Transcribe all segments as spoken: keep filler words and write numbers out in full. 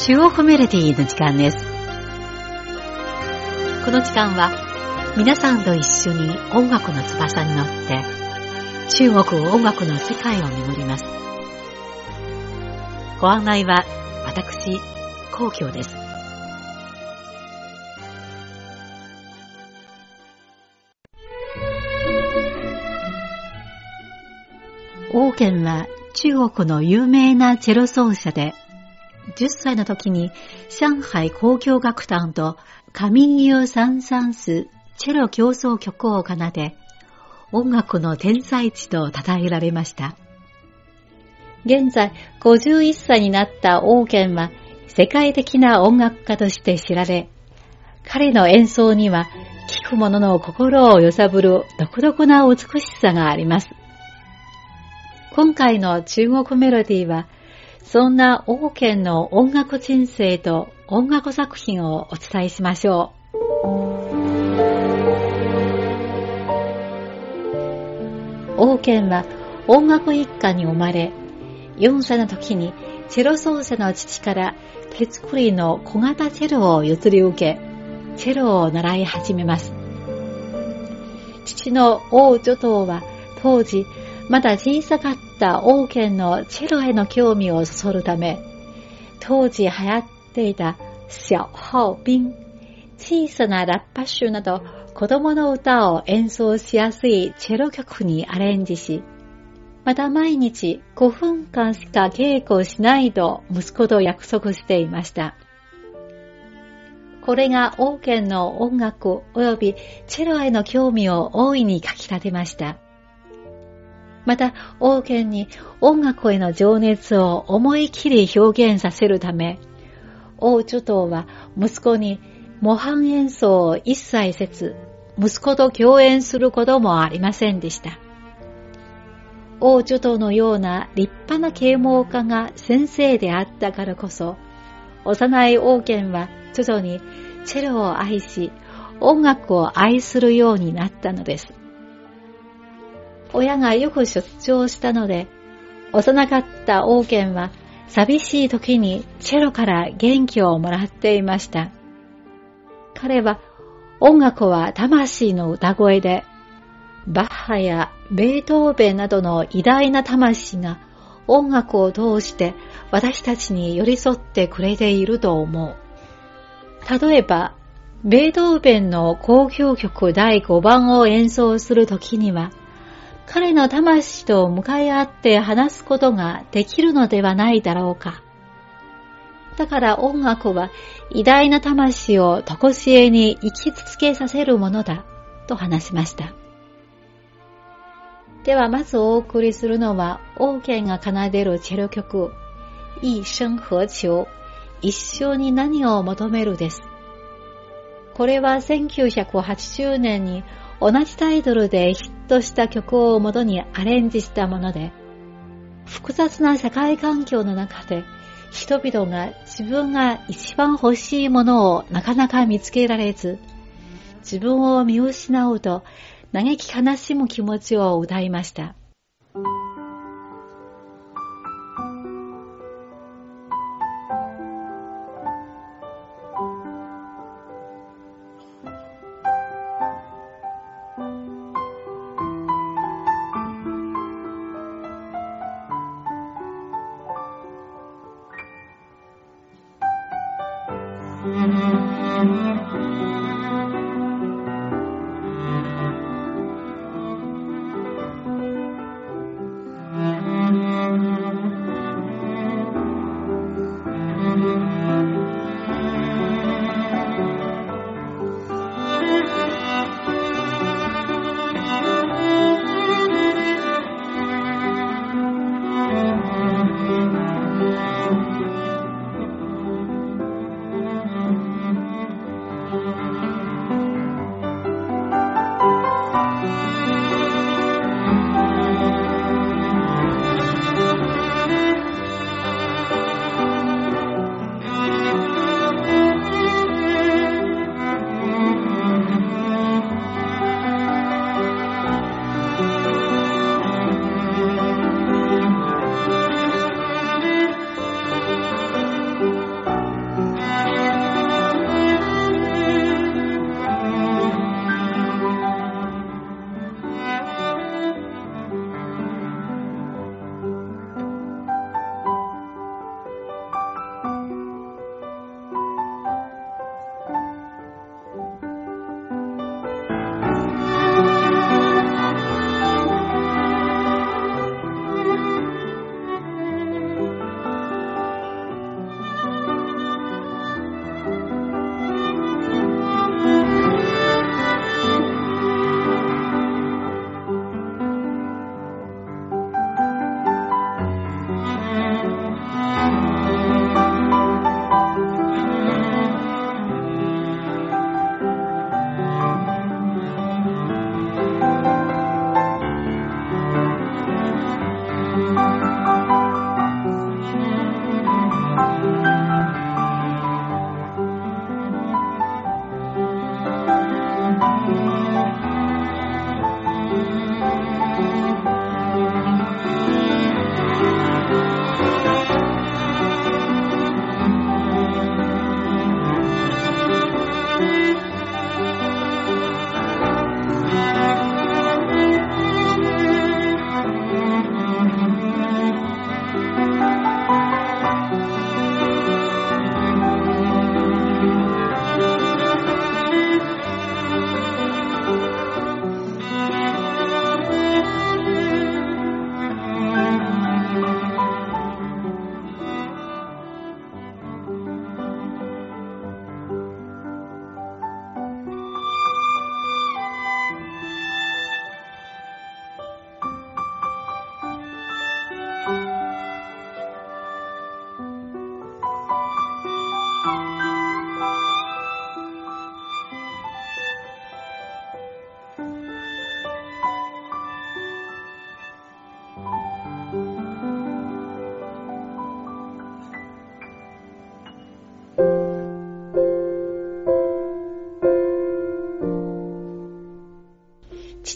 中国メロディーの時間です。この時間は皆さんと一緒に音楽の翼に乗って中国音楽の世界を巡ります。ご案内は私、皇居です。王健は中国の有名なチェロ奏者で、じゅっさいの時に上海交響楽団とカミンユーサンサンスチェロ協奏曲を奏で、音楽の天才児と称えられました。現在ごじゅういっさいになった王健は世界的な音楽家として知られ、彼の演奏には聴く者の心を揺さぶる独特な美しさがあります。今回の中国メロディーは、そんな王健の音楽人生と音楽作品をお伝えしましょう。王健は音楽一家に生まれ、よんさいの時にチェロ奏者の父から手作りの小型チェロを譲り受け、チェロを習い始めます。父の王女東は当時まだ小さかった王健のチェロへの興味をそそるため、当時流行っていた小号兵、小さなラッパ集など子供の歌を演奏しやすいチェロ曲にアレンジし、また毎日ごふんかんしか稽古しないと息子と約束していました。これが王健の音楽及びチェロへの興味を大いにかき立てました。また王健に音楽への情熱を思い切り表現させるため、王女東は息子に模範演奏を一切せず、息子と共演することもありませんでした。王女東のような立派な啓蒙家が先生であったからこそ、幼い王健は徐々にチェロを愛し、音楽を愛するようになったのです。親がよく出張したので、幼かった王健は寂しい時にチェロから元気をもらっていました。彼は音楽は魂の歌声で、バッハやベートーベンなどの偉大な魂が音楽を通して私たちに寄り添ってくれていると思う。例えば、ベートーベンの交響曲だいごばんを演奏するときには、彼の魂と向かい合って話すことができるのではないだろうか。だから音楽は偉大な魂を常しえに生き続けさせるものだと話しました。ではまずお送りするのは王健が奏でるチェロ曲、一生何求、一生に何を求めるです。これはせんきゅうひゃくはちじゅうねんに同じタイトルでヒットした曲をもとにアレンジしたもので、複雑な社会環境の中で人々が自分が一番欲しいものをなかなか見つけられず、自分を見失うと嘆き悲しむ気持ちを歌いました。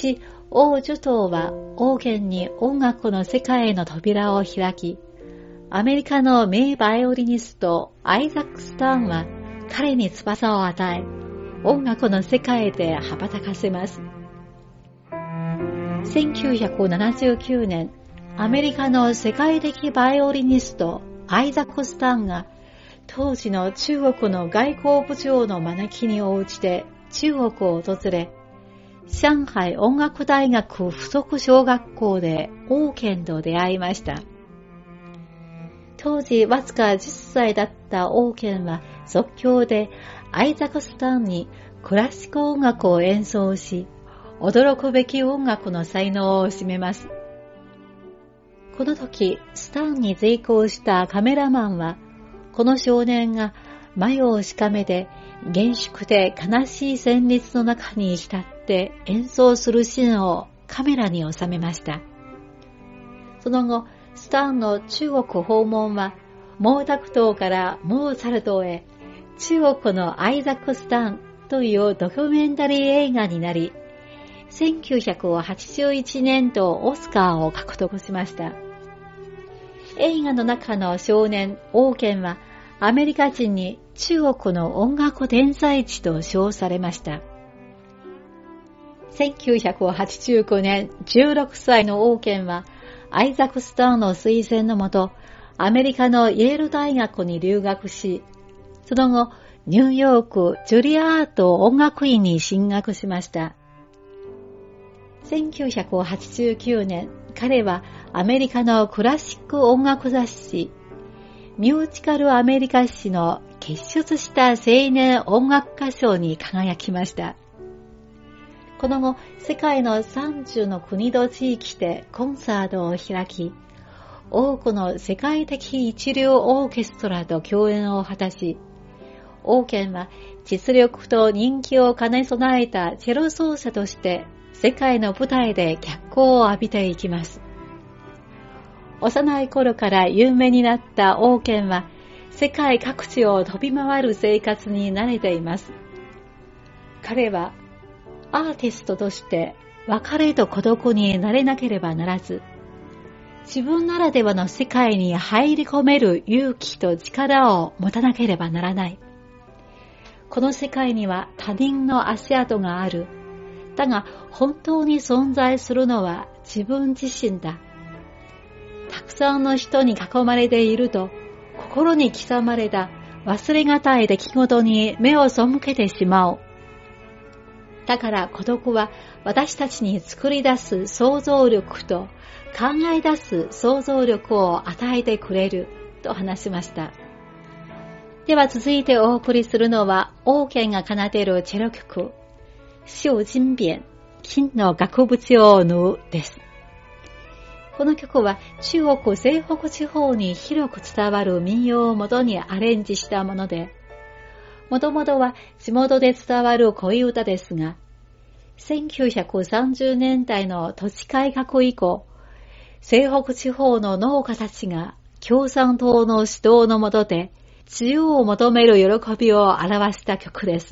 ち、王樹島はオーケンに音楽の世界への扉を開き、アメリカの名バイオリニストアイザック・スターンは彼に翼を与え、音楽の世界で羽ばたかせます。せんきゅうひゃくななじゅうきゅうねん、アメリカの世界的バイオリニストアイザック・スターンが当時の中国の外交部長の招きに応じて中国を訪れ、上海音楽大学附属小学校でオーケンと出会いました。当時わずかじゅっさいだったオーケンは即興でアイザック・スターンにクラシック音楽を演奏し、驚くべき音楽の才能を占めます。この時、スターンに随行したカメラマンは、この少年が眉をしかめて厳粛で悲しい旋律の中に浸って演奏するシーンをカメラに収めました。その後、スターンの中国訪問は、毛沢東からモーツァルトへ、中国のアイザック・スターンというドキュメンタリー映画になり、せんきゅうひゃくはちじゅういちねん度オスカーを獲得しました。映画の中の少年オーケンはアメリカ人に中国の音楽天才児と称されました。せんきゅうひゃくはちじゅうきゅうねん、じゅうろくさいのオーケンはアイザック・スターンの推薦のもと、アメリカのイェール大学に留学し、その後、ニューヨークジュリアート音楽院に進学しました。せんきゅうひゃくはちじゅうきゅうねん、彼はアメリカのクラシック音楽雑誌、ミュージカルアメリカ誌の傑出した青年音楽家賞に輝きました。この後、世界のさんじゅうの国と地域でコンサートを開き、多くの世界的一流オーケストラと共演を果たし、オーケンは実力と人気を兼ね備えたチェロ奏者として世界の舞台で脚光を浴びていきます。幼い頃から有名になったオーケンは世界各地を飛び回る生活に慣れています。彼はアーティストとして別れと孤独になれなければならず、自分ならではの世界に入り込める勇気と力を持たなければならない。この世界には他人の足跡がある。だが本当に存在するのは自分自身だ。たくさんの人に囲まれていると、心に刻まれた忘れがたい出来事に目を背けてしまう。だから孤独は私たちに作り出す想像力と考え出す想像力を与えてくれると話しました。では続いてお送りするのはオーケンが奏でるチェロ曲、小金扁、金の額縁を縫うです。この曲は中国西北地方に広く伝わる民謡をもとにアレンジしたもので、もともとは地元で伝わる恋歌ですが、せんきゅうひゃくさんじゅうねんだいの土地改革以降、西北地方の農家たちが共産党の指導の下で自由を求める喜びを表した曲です。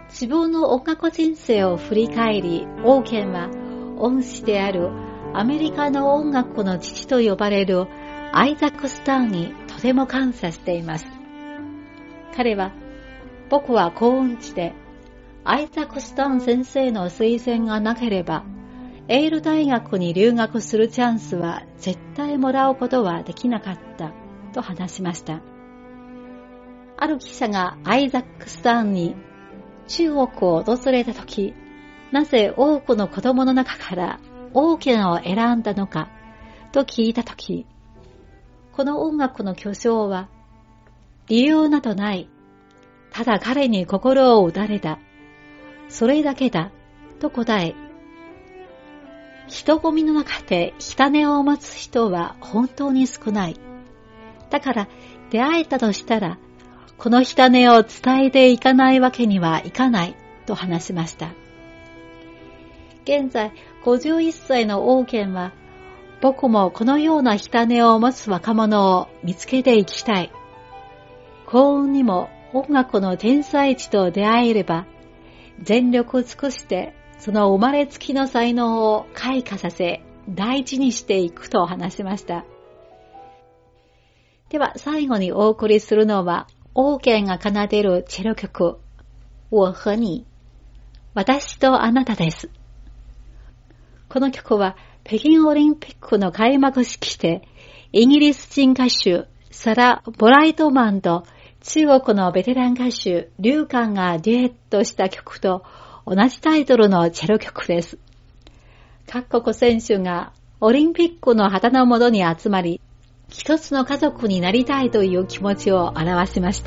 自分の音楽人生を振り返り、オーケンは恩師であるアメリカの音楽の父と呼ばれるアイザック・スターンにとても感謝しています。彼は、僕は幸運地で、アイザック・スターン先生の推薦がなければ、エール大学に留学するチャンスは絶対もらうことはできなかったと話しました。ある記者がアイザック・スターンに中国を訪れたとき、なぜ多くの子供の中からオーケンを選んだのかと聞いたとき、この音楽の巨匠は理由などない。ただ彼に心を打たれた。それだけだと答え、人混みの中で火種を持つ人は本当に少ない。だから出会えたとしたら、この火種を伝えていかないわけにはいかないと話しました。現在ごじゅういっさいのオーケンは、僕もこのような火種を持つ若者を見つけていきたい。幸運にも音楽の天才児と出会えれば、全力を尽くしてその生まれつきの才能を開花させ、大事にしていくと話しました。では最後にお送りするのは、オーケンが奏でるチェロ曲、我和你、私とあなたです。この曲は北京オリンピックの開幕式で、イギリス人歌手サラ・ブライトマンと中国のベテラン歌手リュウカンがデュエットした曲と同じタイトルのチェロ曲です。各国選手がオリンピックの旗の下に集まり、一つの家族になりたいという気持ちを表しました。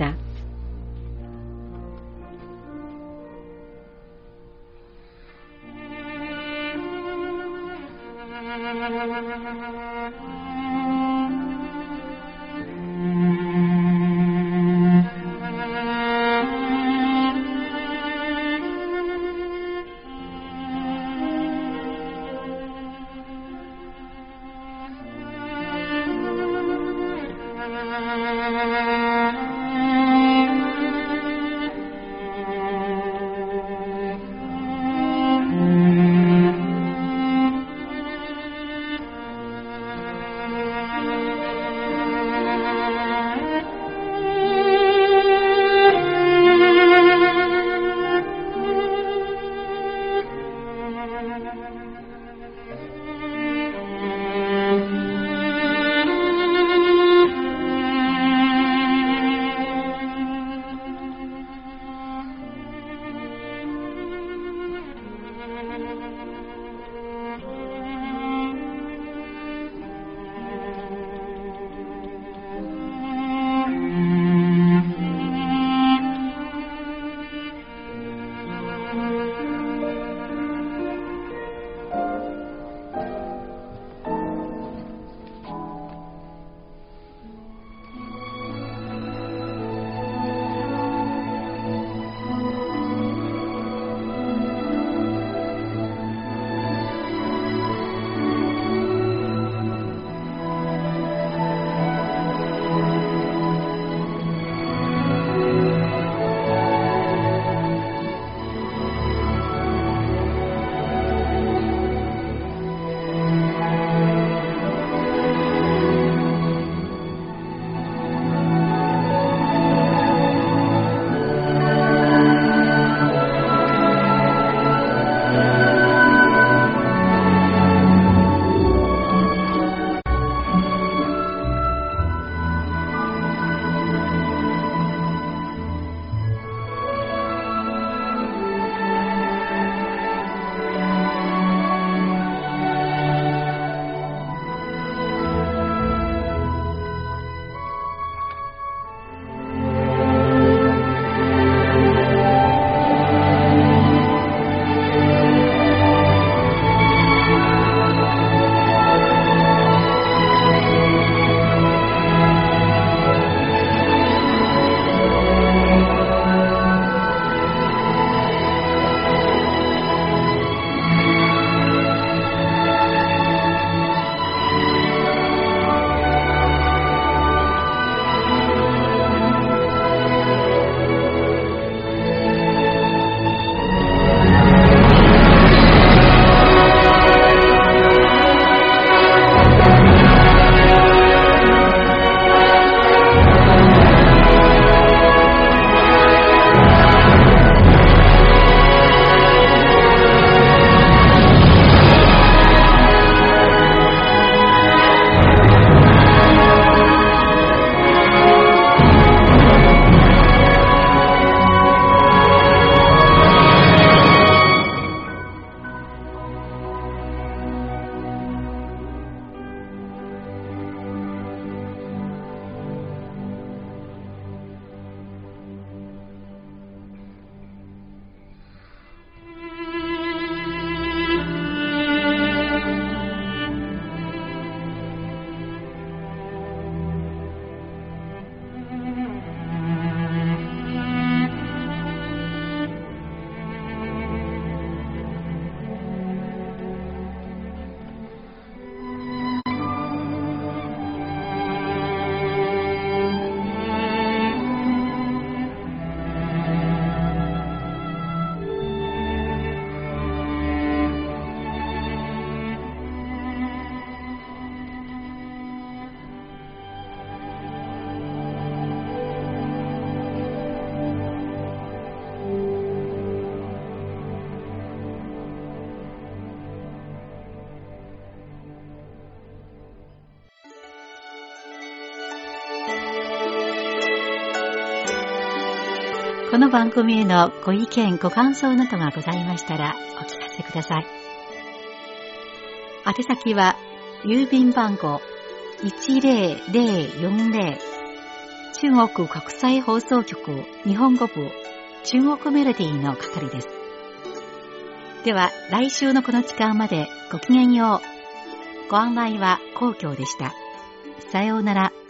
この番組へのご意見ご感想などがございましたらお聞かせください。宛先は郵便番号 いちぜろぜろよんぜろ 中国国際放送局日本語部中国メロディーの係です。では来週のこの時間までごきげんよう。ご案内は皇居でした。さようなら。